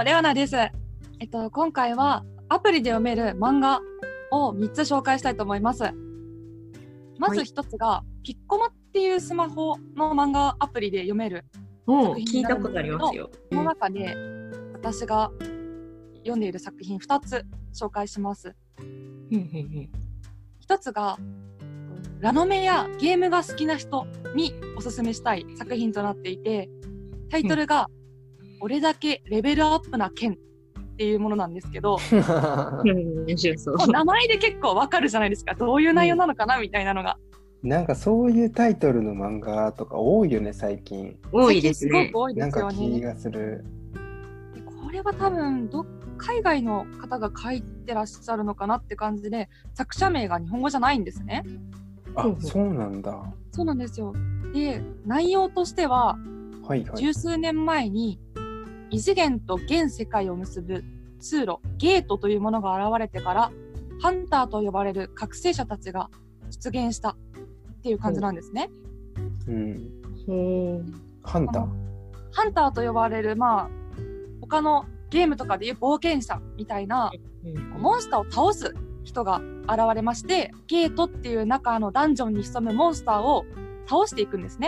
レオナです。今回はアプリで読める漫画を3つ紹介したいと思います。まず1つが、ピッコマっていうスマホの漫画アプリで読める作品聞いたことありますよ。 その中で私が読んでいる作品2つ紹介します。1つがラノベやゲームが好きな人におすすめしたい作品となっていて、タイトルが俺だけレベルアップな剣っていうものなんですけど名前で結構わかるじゃないですか、どういう内容なのかなみたいなのが。 なんかそういうタイトルの漫画とか多いよね最近。 多いですね。 すごく多いですよね。 なんか気がする。 これは多分海外の方が書いてらっしゃるのかなって感じで、作者名が日本語じゃないんですね。 あ、そうなんだ。 そうなんですよ。で、内容としては、十数年前に異次元と現世界を結ぶ通路ゲートというものが現れてから、ハンターと呼ばれる覚醒者たちが出現したっていう感じなんですね。 ハンターと呼ばれる、他のゲームとかでいう冒険者みたいな、モンスターを倒す人が現れまして、ゲートっていう中のダンジョンに潜むモンスターを倒していくんですね。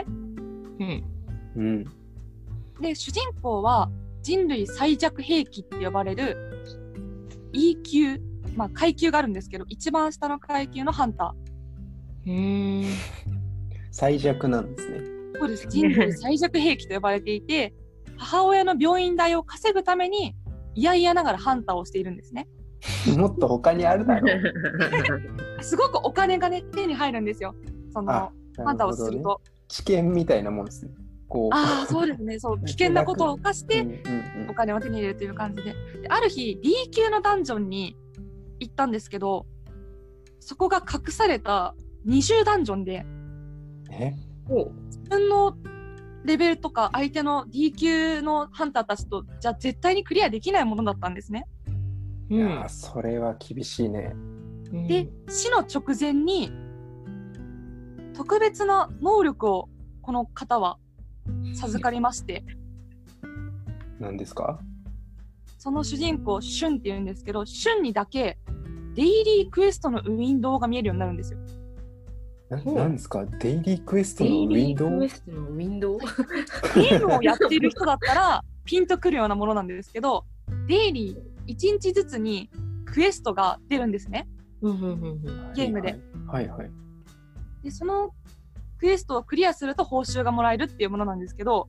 で、主人公は人類最弱兵器って呼ばれる E 級、階級があるんですけど、一番下の階級のハンター。 最弱なんですね。 そうです。人類最弱兵器と呼ばれていて、母親の病院代を稼ぐために嫌々ながらハンターをしているんですね。 もっと他にあるだろう。すごくお金がね手に入るんですよ。そのハンターをすると。 知見みたいなもんですね。 そうですね。そう、危険なことを犯してお金を手に入れるという感じで、ある日 D 級のダンジョンに行ったんですけど、そこが隠された二重ダンジョンで、自分のレベルとか相手の D 級のハンターたちとじゃあ絶対にクリアできないものだったんですね。 いやそれは厳しいね。 で、死の直前に特別な能力をこの方は授かりまして。 何ですか？ その主人公シュンって言うんですけど、シュンにだけデイリークエストのウィンドウが見えるようになるんですよ。 何ですか？デイリークエストのウィンドウ？ デイリークエストのウィンドウ？ ゲームをやっている人だったらピンとくるようなものなんですけど、デイリー1日ずつにクエストが出るんですね。ゲームで。で、そのクエストをクリアすると報酬がもらえるっていうものなんですけど、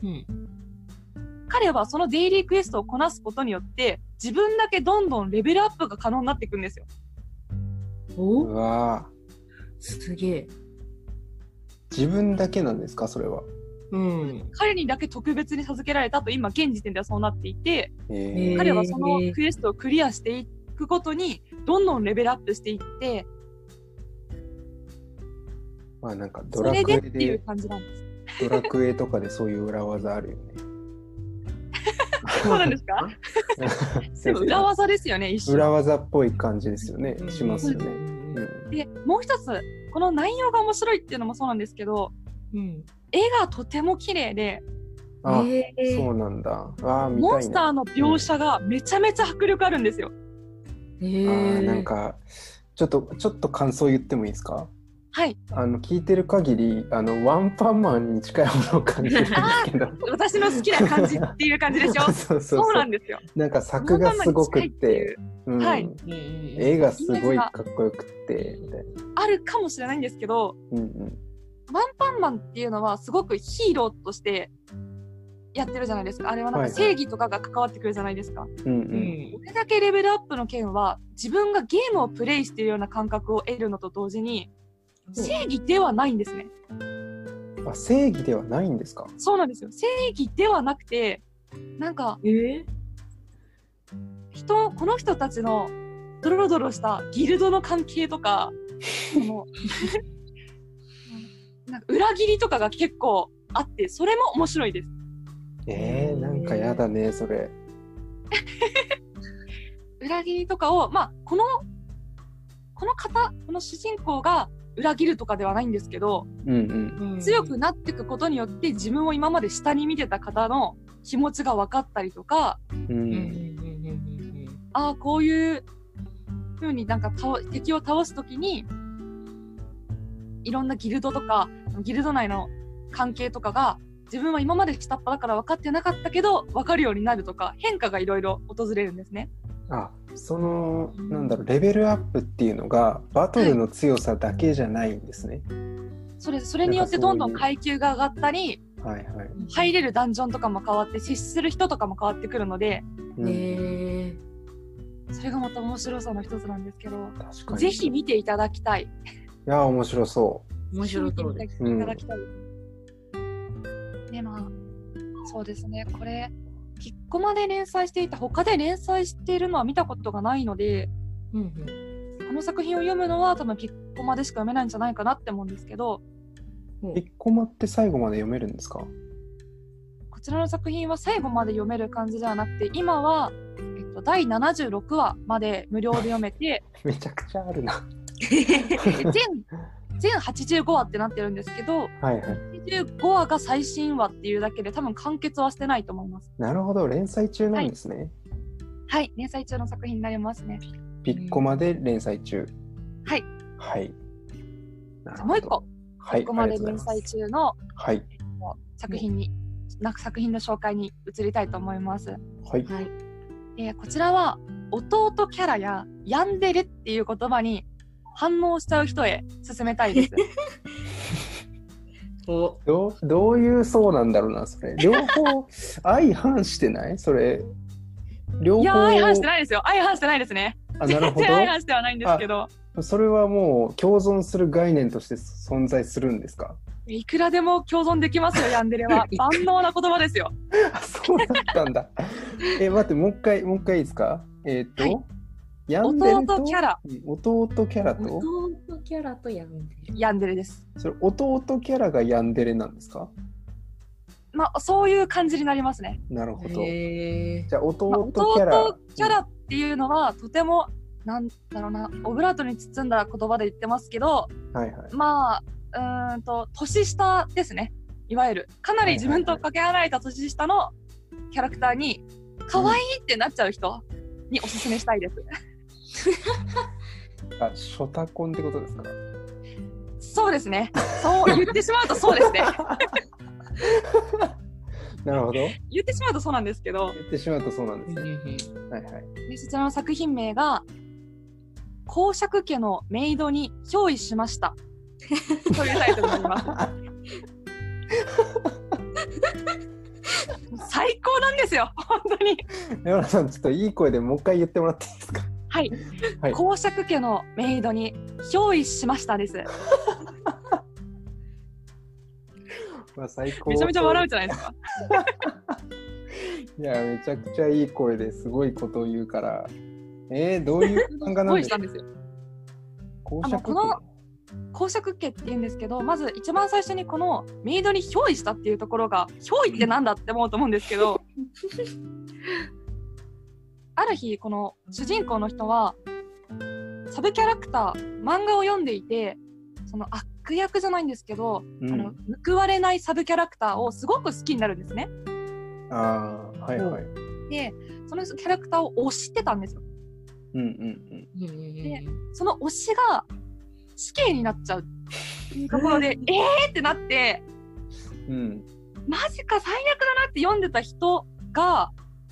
彼はそのデイリークエストをこなすことによって自分だけどんどんレベルアップが可能になっていくんですよ。 うわー、 すげえ。 自分だけなんですかそれは？ 彼にだけ特別に授けられたと今現時点ではそうなっていて、彼はそのクエストをクリアしていくことにどんどんレベルアップしていって、 なんかドラクエそれでっていう感じなんです。 ドラクエとかでそういう裏技あるよね。 そうなんですか？でも裏技ですよね、一緒。 裏技っぽい感じですよね。しますよね。 で、もう一つ、この内容が面白いっていうのもそうなんですけど、絵がとても綺麗で、 そうなんだ。 モンスターの描写がめちゃめちゃ迫力あるんですよ。 なんかちょっと感想言ってもいいですか？ はい。 聞いてる限りワンパンマンに近いものを感じるんですけど私の好きな感じっていう感じでしょ？そうなんですよ。 なんか作がすごくって絵がすごいかっこよくってみたいなあるかもしれないんですけど、ワンパンマンっていうのはすごくヒーローとしてやってるじゃないですか。あれはなんか正義とかが関わってくるじゃないですか。これだけレベルアップの件は自分がゲームをプレイしているような感覚を得るのと同時に正義ではないんですね。 正義ではないんですか？ そうなんですよ。正義ではなくて、なんか、この人たちのドロドロしたギルドの関係とか、なんか裏切りとかが結構あって、それも面白いです。 なんかやだねそれ。 裏切りとかを、この主人公が裏切るとかではないんですけど、強くなっていくことによって自分を今まで下に見てた方の気持ちが分かったりとか、ああこういう風になんか敵を倒すときにいろんなギルドとかギルド内の関係とかが自分は今まで下っ端だから分かってなかったけど分かるようになるとか、変化がいろいろ訪れるんですね。 そのなんだろう、レベルアップっていうのがバトルの強さだけじゃないんですね。 そうです。それによってどんどん階級が上がったり、入れるダンジョンとかも変わって接する人とかも変わってくるので、それがまた面白さの一つなんですけど、ぜひ見ていただきたい。いや面白そう。 面白そうです。 見ていただきたい。でそうですね、これピッコマで連載していて他で連載しているのは見たことがないので、この作品を読むのは多分ピッコマでしか読めないんじゃないかなって思うんですけど。 ピッコマって最後まで読めるんですか？ こちらの作品は最後まで読める感じではなくて、今は、第76話まで無料で読めてめちゃくちゃあるな全85話ってなってるんですけど、85話が最新話っていうだけで多分完結はしてないと思います。 なるほど、連載中なんですね。 はい、連載中の作品になりますね。 ピッコマで連載中。 はい。 はい。 もう一個、ピッコマで連載中の、作品の紹介に移りたいと思います。こちらは弟キャラやヤンデレっていう言葉に反応しちゃう人へ勧めたいです。 どういう層なんだろうな、それ。両方相反してない？それ両方。 いや相反してないですよ。相反してないですね。 なるほど。 全然相反してはないんですけど。 それはもう共存する概念として存在するんですか？ いくらでも共存できますよ、ヤンデレは。万能な言葉ですよ。 そうだったんだ。待って、もう一回いいですか？ヤンデレと弟キャラとヤンデレ。 ヤンデレです。 それ弟キャラがヤンデレなんですか？ そういう感じになりますね。 なるほど。じゃあ弟キャラっていうのはとてもなんだろうな、オブラートに包んだ言葉で言ってますけど、年下ですね。いわゆるかなり自分とかけ離れた年下のキャラクターに可愛いってなっちゃう人におすすめしたいです。 ショタコンってことですか？ そうですね。そう言ってしまうとそうですね。 なるほど。 言ってしまうとそうなんですけど。 言ってしまうとそうなんですね。 でそちらの作品名が公爵家のメイドに憑依しましたというタイトルになります。最高なんですよ、本当に。 山田さん、ちょっといい声でもう一回言ってもらっていいですか？ はい、公爵家のメイドに憑依しましたです。 最高。 めちゃめちゃ笑うじゃないですか。 いや、めちゃくちゃいい声ですごいことを言うから。どういう漫画なんですか？公爵家。 公爵家って言うんですけど、まず一番最初にこのメイドに憑依したっていうところが、憑依ってなんだって思うと思うんですけどある日この主人公の人はサブキャラクター、漫画を読んでいて、その悪役じゃないんですけど、報われないサブキャラクターをすごく好きになるんですね。でそのキャラクターを推してたんですよ。でその推しが死刑になっちゃうっていうところでってなって、マジか最悪だなって読んでた人が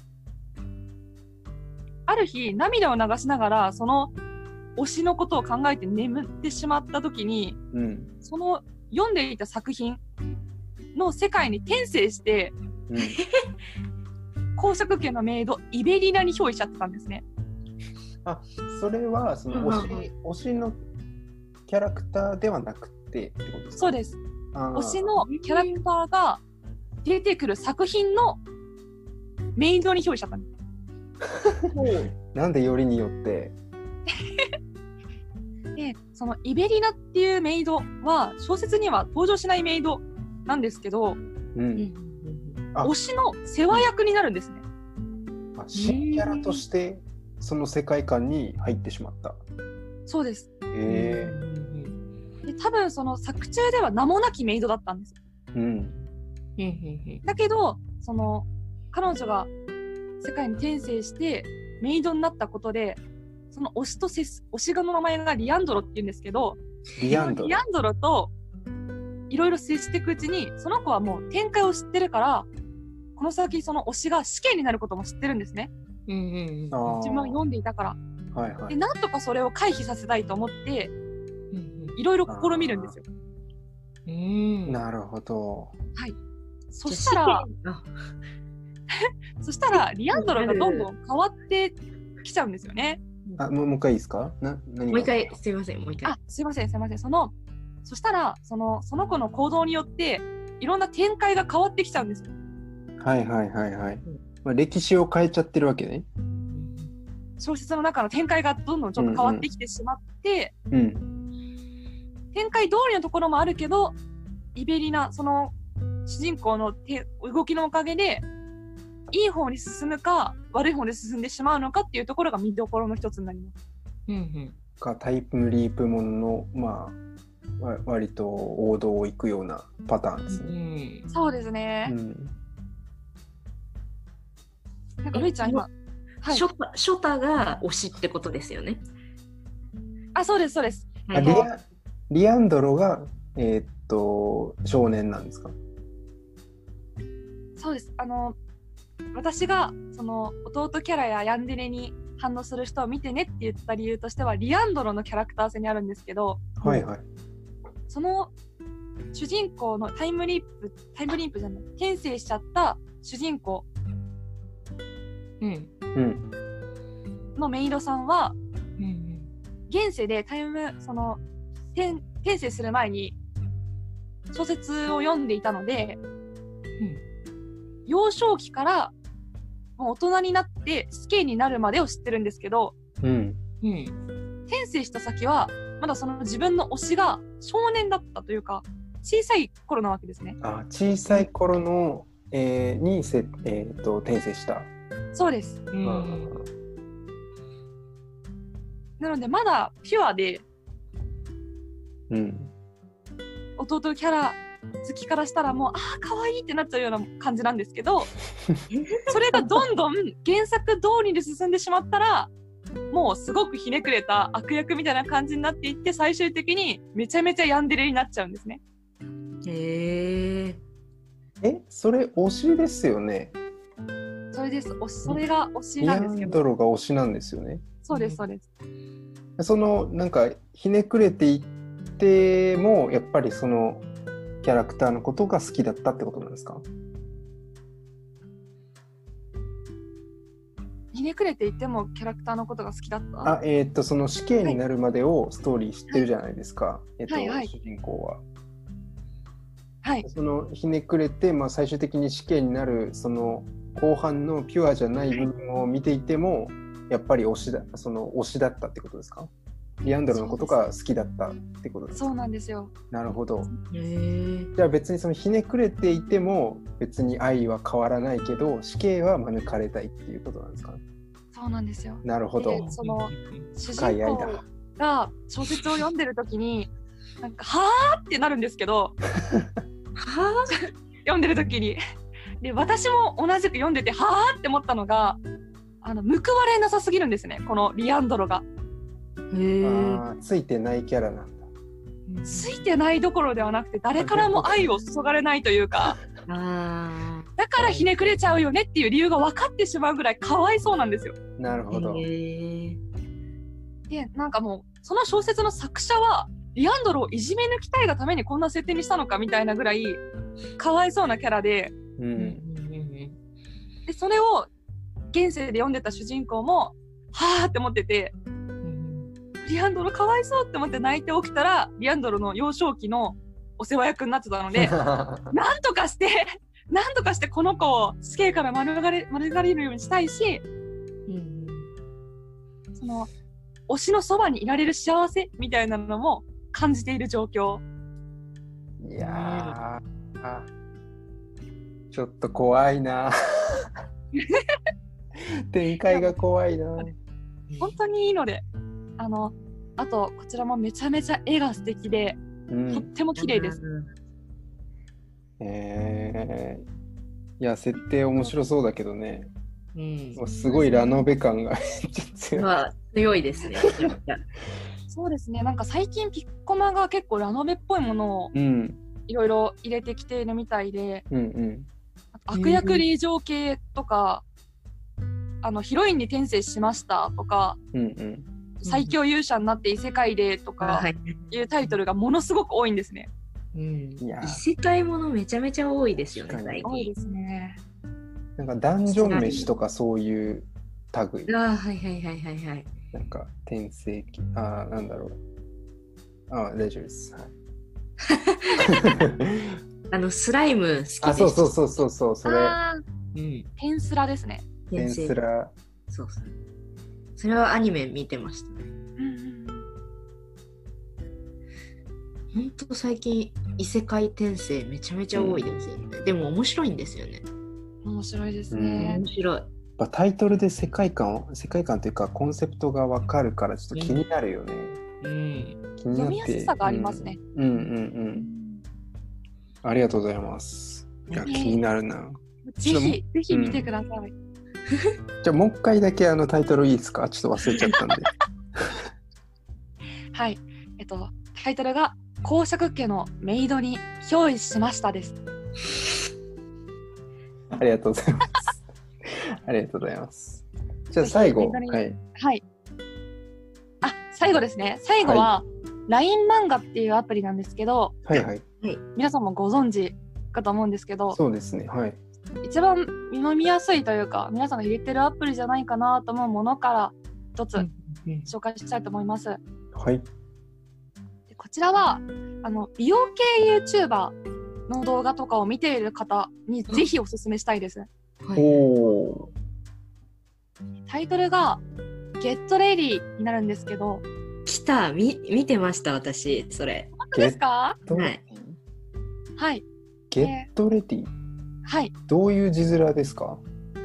ある日涙を流しながらその推しのことを考えて眠ってしまった時に、その読んでいた作品の世界に転生して、公爵家のメイドイベリナに憑依しちゃってたんですね。 それはその推しのキャラクターではなくてってことですか？ そうです。推しのキャラクターが出てくる作品のメイドに憑依しちゃったんです。 なんでよりによってでそのイベリナっていうメイドは小説には登場しないメイドなんですけど、推しの世話役になるんですね。 新キャラとしてその世界観に入ってしまった。 そうです。で多分その作中では名もなきメイドだったんです。 うん。 だけどその彼女が世界に転生してメイドになったことで、その推しの名前がリアンドロっていうんですけど、 リアンドロといろいろ接していくうちに、その子はもう展開を知ってるから、この先その推しが死刑になることも知ってるんですね。自分が読んでいたから、 はいはい、 でなんとかそれを回避させたいと思っていろいろ試みるんですよ。 なるほど。 はい。そしたらリアンドロがどんどん変わってきちゃうんですよね。 もう一回いいですか？何もう一回、すいません。 すいません。そしたらその子の行動によっていろんな展開が変わってきちゃうんですよ。 はい。まあ、歴史を変えちゃってるわけね。 小説の中の展開がどんどんちょっと変わってきてしまって、展開通りのところもあるけど、イベリナ、その主人公の動きのおかげでいい方に進むか悪い方に進んでしまうのかっていうところが見どころの一つになります。 タイムリープものの、まあ、割と王道を行くようなパターンですね。 そうですね。なんかるいちゃん今、 ショタが推しってことですよね。 そうです。 リアンドロが少年なんですか？ そうです。私がその弟キャラやヤンデレに反応する人を見てねって言った理由としては、リアンドロのキャラクター性にあるんですけど、その主人公のタイムリープじゃない、転生しちゃった主人公のメイドさんは、現世でその転生する前に小説を読んでいたので、幼少期からもう大人になって死刑になるまでを知ってるんですけど、転生した先はまだその自分の推しが少年だったというか、小さい頃なわけですね。 小さい頃の、に転生した。そうです。 なのでまだピュアで、弟キャラ好きからしたらもう可愛いってなっちゃうような感じなんですけどそれがどんどん原作通りに進んでしまったら、もうすごくひねくれた悪役みたいな感じになっていって、最終的にめちゃめちゃヤンデレになっちゃうんですね。 それ推しですよね。 それです。それが推しなんですけど。 リアンドロが推しなんですよね。 そうです。 そのなんかひねくれていってもやっぱりそのキャラクターのことが好きだったってことなんですか？ ひねくれていてもキャラクターのことが好きだった？ その死刑になるまでをストーリー知ってるじゃないですか、主人公は。そのひねくれて、最終的に死刑になるその後半のピュアじゃない部分を見ていても、やっぱり推しだったってことですか？リアンドロのことが好きだったってことですか？ そうなんですよ。 なるほど。じゃあ別にそのひねくれていても別に愛は変わらないけど、死刑は免れたいっていうことなんですか？ そうなんですよ。 なるほど。 その主人公が小説を読んでる時になんかはーってなるんですけど読んでる時にで、私も同じく読んでてはーって思ったのが、報われなさすぎるんですね、このリアンドロが。 ついてないキャラなんだ。 ついてないどころではなくて、誰からも愛を注がれないというかだからひねくれちゃうよねっていう理由が分かってしまうぐらいかわいそうなんですよ。 なるほど。 で、なんかもうその小説の作者はリアンドロをいじめ抜きたいがためにこんな設定にしたのかみたいなぐらいかわいそうなキャラで、でそれを現世で読んでた主人公もはーって思ってて、リアンドロかわいそうって思って泣いて起きたら、リアンドロの幼少期のお世話役になってたのでなんとかしてこの子を死刑から免れるようにしたいし、その推しのそばにいられる幸せみたいなのも感じている状況。 いやちょっと怖いな展開が怖いな。 本当にいいので、あとこちらもめちゃめちゃ絵が素敵で、 とっても綺麗です。 いや、設定面白そうだけどね。すごいラノベ感が強いですね。 そうですね。なんか最近ピッコマが結構ラノベっぽいものをいろいろ入れてきているみたいで、悪役令嬢系とか、ヒロインに転生しましたとか、最強勇者になって異世界でとかいうタイトルがものすごく多いんですね。 異世界ものめちゃめちゃ多いですよね、最近。 多いですね。 なんかダンジョン飯とかそういう類。 なんか転生期、なんだろう。大丈夫です。 スライム好きです。 そう、それ。 テンスラですね。 テンスラ。 そう。それはアニメ見てましたね。ほんと最近異世界転生めちゃめちゃ多いですよね。でも面白いんですよね。 面白いですね。 面白い。 タイトルで世界観というかコンセプトが分かるからちょっと気になるよね。 読みやすさがありますね。 ありがとうございます。いや、気になるな。 ぜひ見てください。 じゃあもう一回だけタイトルいいですか？ちょっと忘れちゃったんで。 はい。タイトルが公爵家のメイドに憑依しましたです。 ありがとうございます。ありがとうございます。じゃあ最後。 最後ですね。最後は LINE 漫画っていうアプリなんですけど、皆さんもご存知かと思うんですけど、 そうですね。 一番読みやすいというか、皆さんが入れてるアプリじゃないかなと思うものから一つ紹介したいと思います。こちらは美容系 YouTuber の動画とかを見ている方にぜひおすすめしたいです。タイトルが Get Ready になるんですけど、 来た、見てました私それ。 本当ですか？ はい。 Get Ready。どういう字面ですか？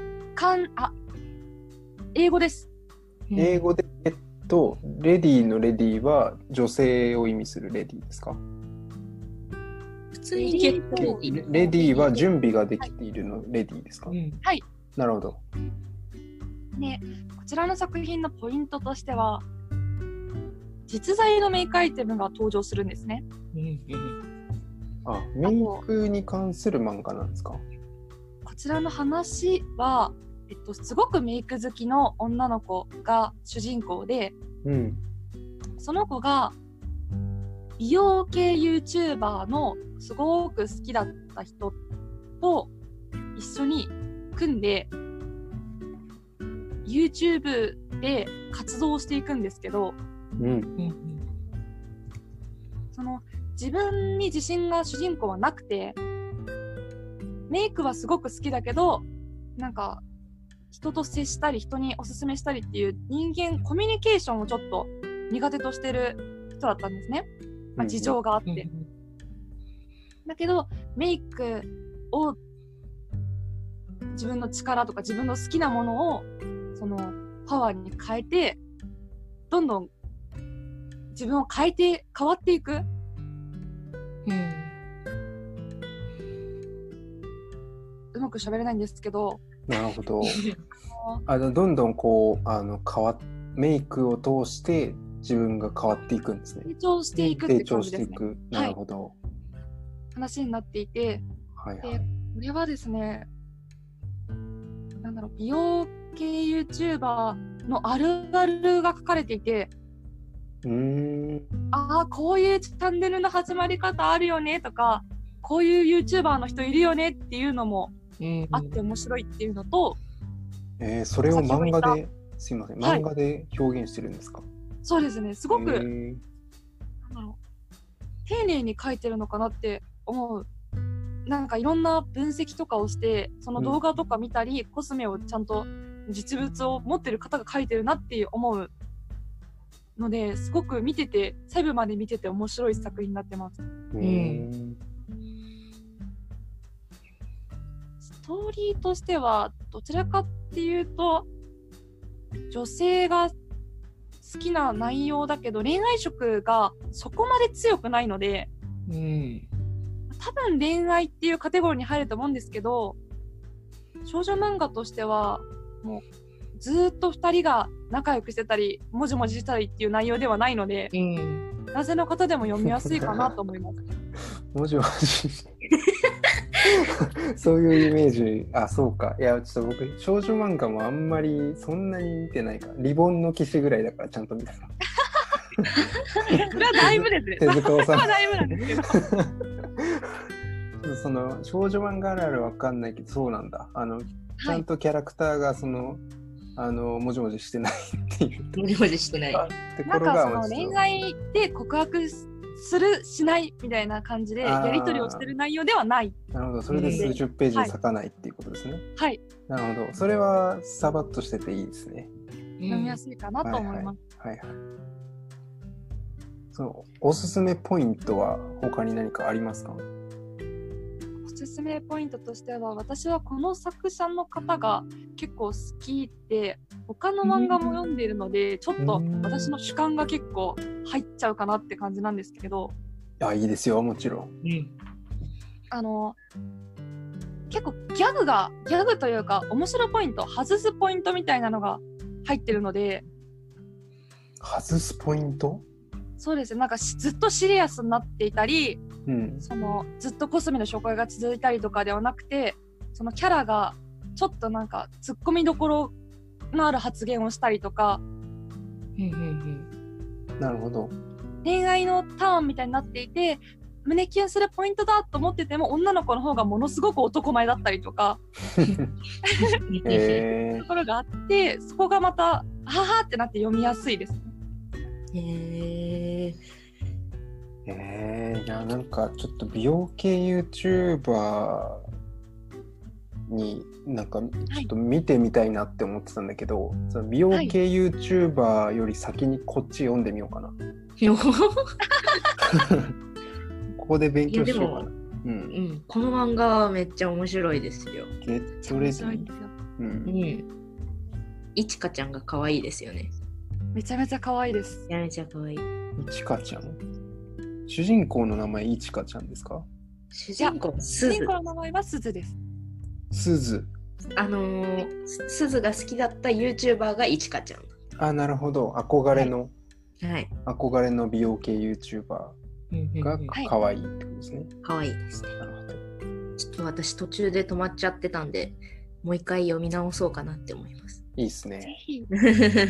英語です。 英語でレディのレディは女性を意味するレディですか？ 普通にゲットレディは準備ができているのレディですか？ はい。 なるほど。 こちらの作品のポイントとしては、実在のメイクアイテムが登場するんですね。 メイクに関する漫画なんですか？ こちらの話は、すごくメイク好きの女の子が主人公で、その子が美容系 YouTuber のすごく好きだった人と一緒に組んで YouTube で活動していくんですけど、その自分に自信が主人公はなくて、メイクはすごく好きだけど、なんか人と接したり人におすすめしたりっていう人間コミュニケーションをちょっと苦手としてる人だったんですね。事情があって、だけどメイクを自分の力とか自分の好きなものをそのパワーに変えて、どんどん自分を変わっていく。うまく喋れないんですけど。 なるほど。どんどんこうメイクを通して自分が変わっていくんですね。 成長していくって感じですね。 成長していく。なるほど。 話になっていて、でこれはですね、美容系 YouTuber のあるあるが書かれていて、こういうチャンネルの始まり方あるよねとか、こういう YouTuber の人いるよねっていうのもあって面白いっていうのと、 それを漫画で、すいません、漫画で表現してるんですか？ そうですね、すごく丁寧に書いてるのかなって思う。なんかいろんな分析とかをして、その動画とか見たり、コスメをちゃんと実物を持ってる方が書いてるなって思うので、すごく見てて、細部まで見てて面白い作品になってます。ストーリーとしてはどちらかっていうと女性が好きな内容だけど、恋愛色がそこまで強くないので、 うん、 多分恋愛っていうカテゴリーに入ると思うんですけど、少女漫画としてはもうずっと2人が仲良くしてたりもじもじしたりっていう内容ではないので、男性の方でも読みやすいかなと思います。 もじもじそういうイメージ。あ、そうか。いや、ちょっと僕少女漫画もあんまりそんなに見てないから、リボンの騎士ぐらいだからちゃんと見たの。 それはだいぶですね。 手塚治虫。 それはだいぶなんですけど。 その少女漫画あるあるわかんないけど、そうなんだ。ちゃんとキャラクターがもじもじしてないっていう。 もじもじしてない。 なんかその恋愛で告白するしないみたいな感じでやり取りをしてる内容ではない。 なるほど。それで数十ページ割かないっていうことですね。 はい。 なるほど。それはサバッとしてていいですね。 読みやすいかなと思います。 はいはい。そのおすすめポイントは他に何かありますか？ おすすめポイントとしては、私はこの作者の方が結構好きで、他の漫画も読んでいるので、ちょっと私の主観が結構入っちゃうかなって感じなんですけど。 あ、いいですよ、もちろん。 結構ギャグというか面白ポイント、外すポイントみたいなのが入ってるので。 外すポイント？ そうですね。なんかずっとシリアスになっていたり、そのずっとコスメの紹介が続いたりとかではなくて、そのキャラがちょっとなんかツッコミどころのある発言をしたりとか、 なるほど。 恋愛のターンみたいになっていて、胸キュンするポイントだと思ってても、女の子の方がものすごく男前だったりとかところがあって、そこがまたははってなって読みやすいですね。 いや、なんかちょっと美容系 YouTuber になんかちょっと見てみたいなって思ってたんだけど、その美容系 YouTuber より先にこっち読んでみようかな。ここで勉強しようかな。 この漫画めっちゃ面白いですよ。 ゲットレディ。 いちかちゃんが可愛いですよね。 めちゃめちゃ可愛いです。 めちゃめちゃ可愛い。 いちかちゃん。主人公の名前いちかちゃんですか？ 主人公の名前はすずです。 すず。 すずが好きだった YouTuber がいちかちゃん。 あ、なるほど。憧れの、 はい、 憧れの美容系 YouTuber が可愛いってことですね。 可愛いですね。 なるほど。 ちょっと私途中で止まっちゃってたんで、もう一回読み直そうかなって思います。 いいですね。 ぜひもう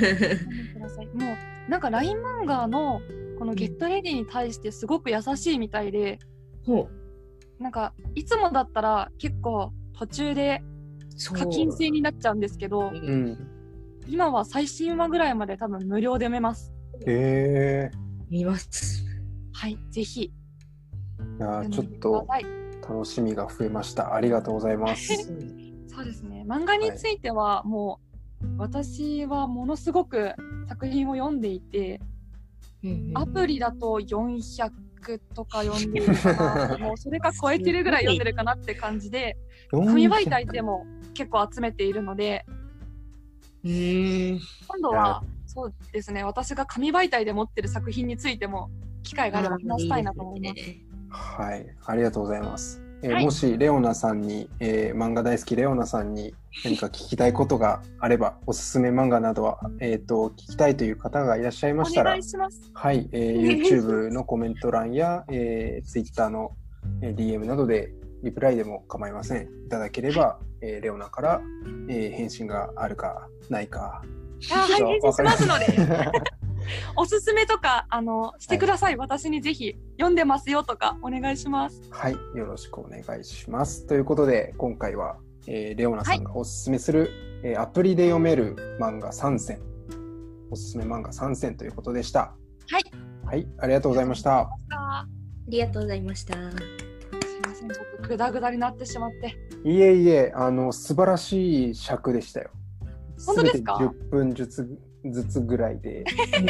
なんか LINE 漫画のこのゲットレディに対してすごく優しいみたいで、なんかいつもだったら結構途中で課金制になっちゃうんですけど、今は最新話ぐらいまで多分無料で読めます。 見ます。 はい、ぜひ。 いや、ちょっと楽しみが増えました。ありがとうございます。 そうですね。漫画についてはもう、私はものすごく作品を読んでいて、アプリだと400とか読んでるかな。もうそれか超えてるぐらい読んでるかなって感じで、紙媒体でも結構集めているので、今度はそうですね、私が紙媒体で持ってる作品についても機会があれば話したいなと思います。 はい、ありがとうございます。もしレオナさんに、漫画大好きレオナさんに何か聞きたいことがあれば、おすすめ漫画などは、聞きたいという方がいらっしゃいましたら、 お願いします。 はい、YouTube のコメント欄や、Twitter の DM などでリプライでも構いません。いただければ、レオナから、返信があるかないか。 はい、返信しますので。おすすめとかしてください。私にぜひ読んでますよとかお願いします。 はい、よろしくお願いします。ということで今回は、レオナさんがおすすめする、アプリで読める漫画3選、おすすめ漫画3選ということでした。 はい、 はい、ありがとうございました。 ありがとうございました。 すいません、ちょっとグダグダになってしまって。 いえいえ、素晴らしい尺でしたよ。 本当ですか ？10分ずつぐらいで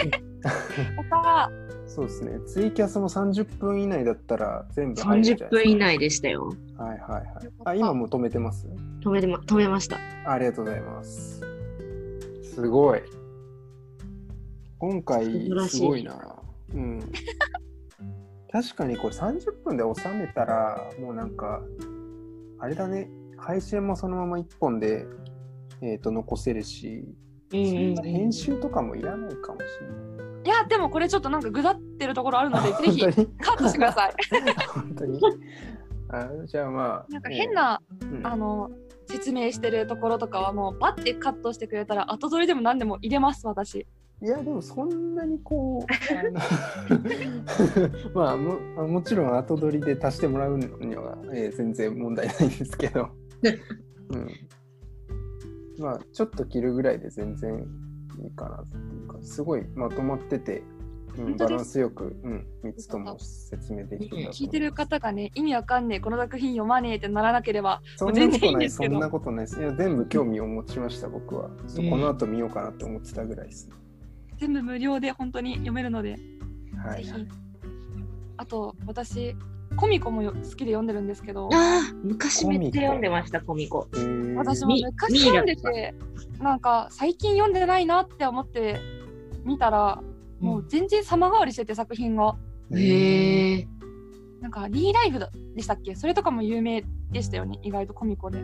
そうですね、ツイキャスも30分以内だったら全部入るじゃないですか。 30分以内でしたよ。 はいはいはい。あ、今もう止めてます？ 止めました。 ありがとうございます。すごい。今回すごいな。 確かにこれ30分で収めたらもうなんかあれだね、配信もそのまま1本で、残せるし、編集とかもいらないかもしれない。 いやでもこれちょっとなんかぐだってるところあるのでぜひカットしてください。 本当にじゃあまあなんか変な、説明してるところとかはもうバッてカットしてくれたら後撮りでも何でも入れます私。 いやでもそんなにこうまあ もちろん後撮りで足してもらうのには、全然問題ないんですけど、まあちょっと切るぐらいで全然いいかなっていうか、すごいまとまってて、バランスよく、3つとも説明できる。 聞いてる方がね、意味わかんねえこの作品読まねえってならなければそんなことない、そんなことないです。いや全部興味を持ちました僕は。この後見ようかなって思ってたぐらいです。 全部無料で本当に読めるので、 ぜひ。 あと私コミコも好きで読んでるんですけど、 昔めっちゃ読んでましたコミコ。 私も昔読んでて、なんか最近読んでないなって思って見たら、もう全然様変わりしてて作品が。なんかリーライフでしたっけ？それとかも有名でしたよね、意外とコミコで。 リ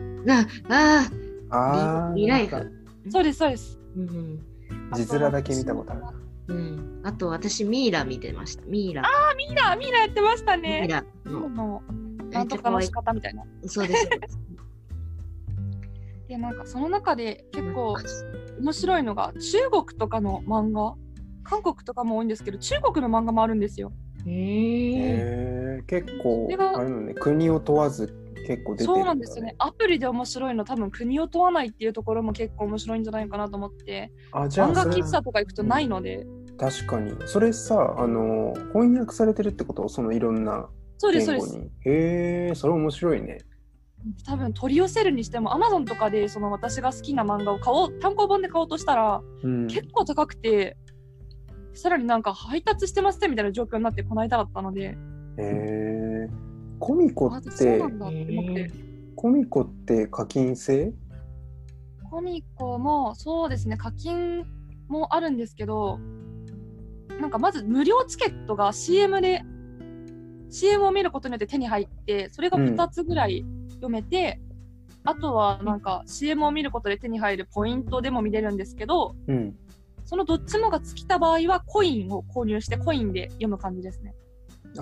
ーライフ。 そうですそうです。 字面だけ見たことあるな。 あと私ミイラ見てました。ミイラやってましたね。 ミイラのなんとかの仕方みたいな。 そうです。 でなんかその中で結構面白いのが中国とかの漫画、韓国とかも多いんですけど中国の漫画もあるんですよ。 結構あるのね、国を問わず結構出てる、 そうなんですよね。アプリで面白いの多分国を問わないっていうところも結構面白いんじゃないかなと思って。漫画喫茶とか行くとないので。 確かにそれさ、翻訳されてるってこと？そのいろんな言語に。そうです。それ面白いね。 多分取り寄せるにしても Amazon とかでその私が好きな漫画を単行本で買おうとしたら、結構高くて、さらになんか配達してますねみたいな状況になってこの間だったので。 コミコって課金制？ コミコもそうですね、課金もあるんですけど、なんかまず無料チケットが CM を見ることによって手に入って、それが2つぐらい読めて、あとはなんか CM を見ることで手に入るポイントでも見れるんですけど、そのどっちもが尽きた場合はコインを購入してコインで読む感じですね。 ど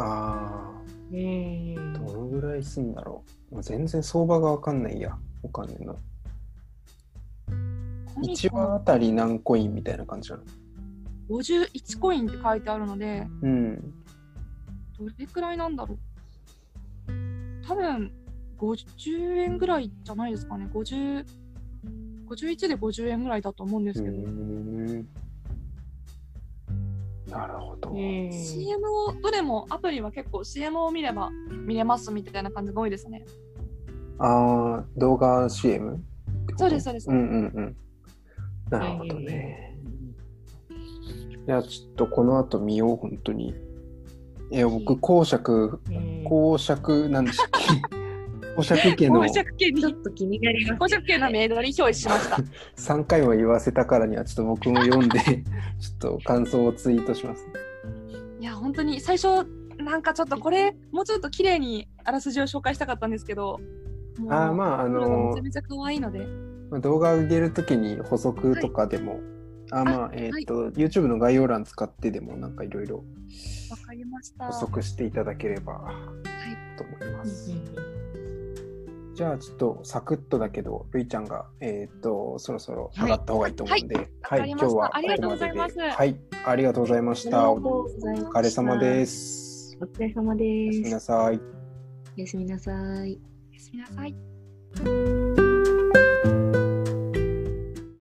のぐらいすんだろう。全然相場が分かんないや、お金の。1話あたり何コインみたいな感じなの ？51コインって書いてあるので、どれくらいなんだろう。多分50円ぐらいじゃないですかね。51で50円ぐらいだと思うんですけど。 なるほど。 CM をどれもアプリは結構 CM を見れば見れますみたいな感じが多いですね。 動画 CM？ そうですそうです。 なるほどね。いやちょっとこの後見よう本当に。いや僕公爵なんでしたっけ？公爵家のちょっと気になります。 公爵家のメイドに表示しました。 3回も言わせたからにはちょっと僕も読んでちょっと感想をツイートします。 いや本当に最初なんかちょっとこれもうちょっと綺麗にあらすじを紹介したかったんですけど、めちゃめちゃ可愛いので。 動画上げるときに補足とかでも、YouTube の概要欄使ってでもなんかいろいろ補足していただければと思います。じゃあちょっとサクッとだけどるいちゃんがそろそろ上がった方がいいと思うんで、 今日はありがとうございます。 ありがとうございました。お疲れ様です。 お疲れ様です。 おやすみなさい。 おやすみなさい。 おやすみなさい。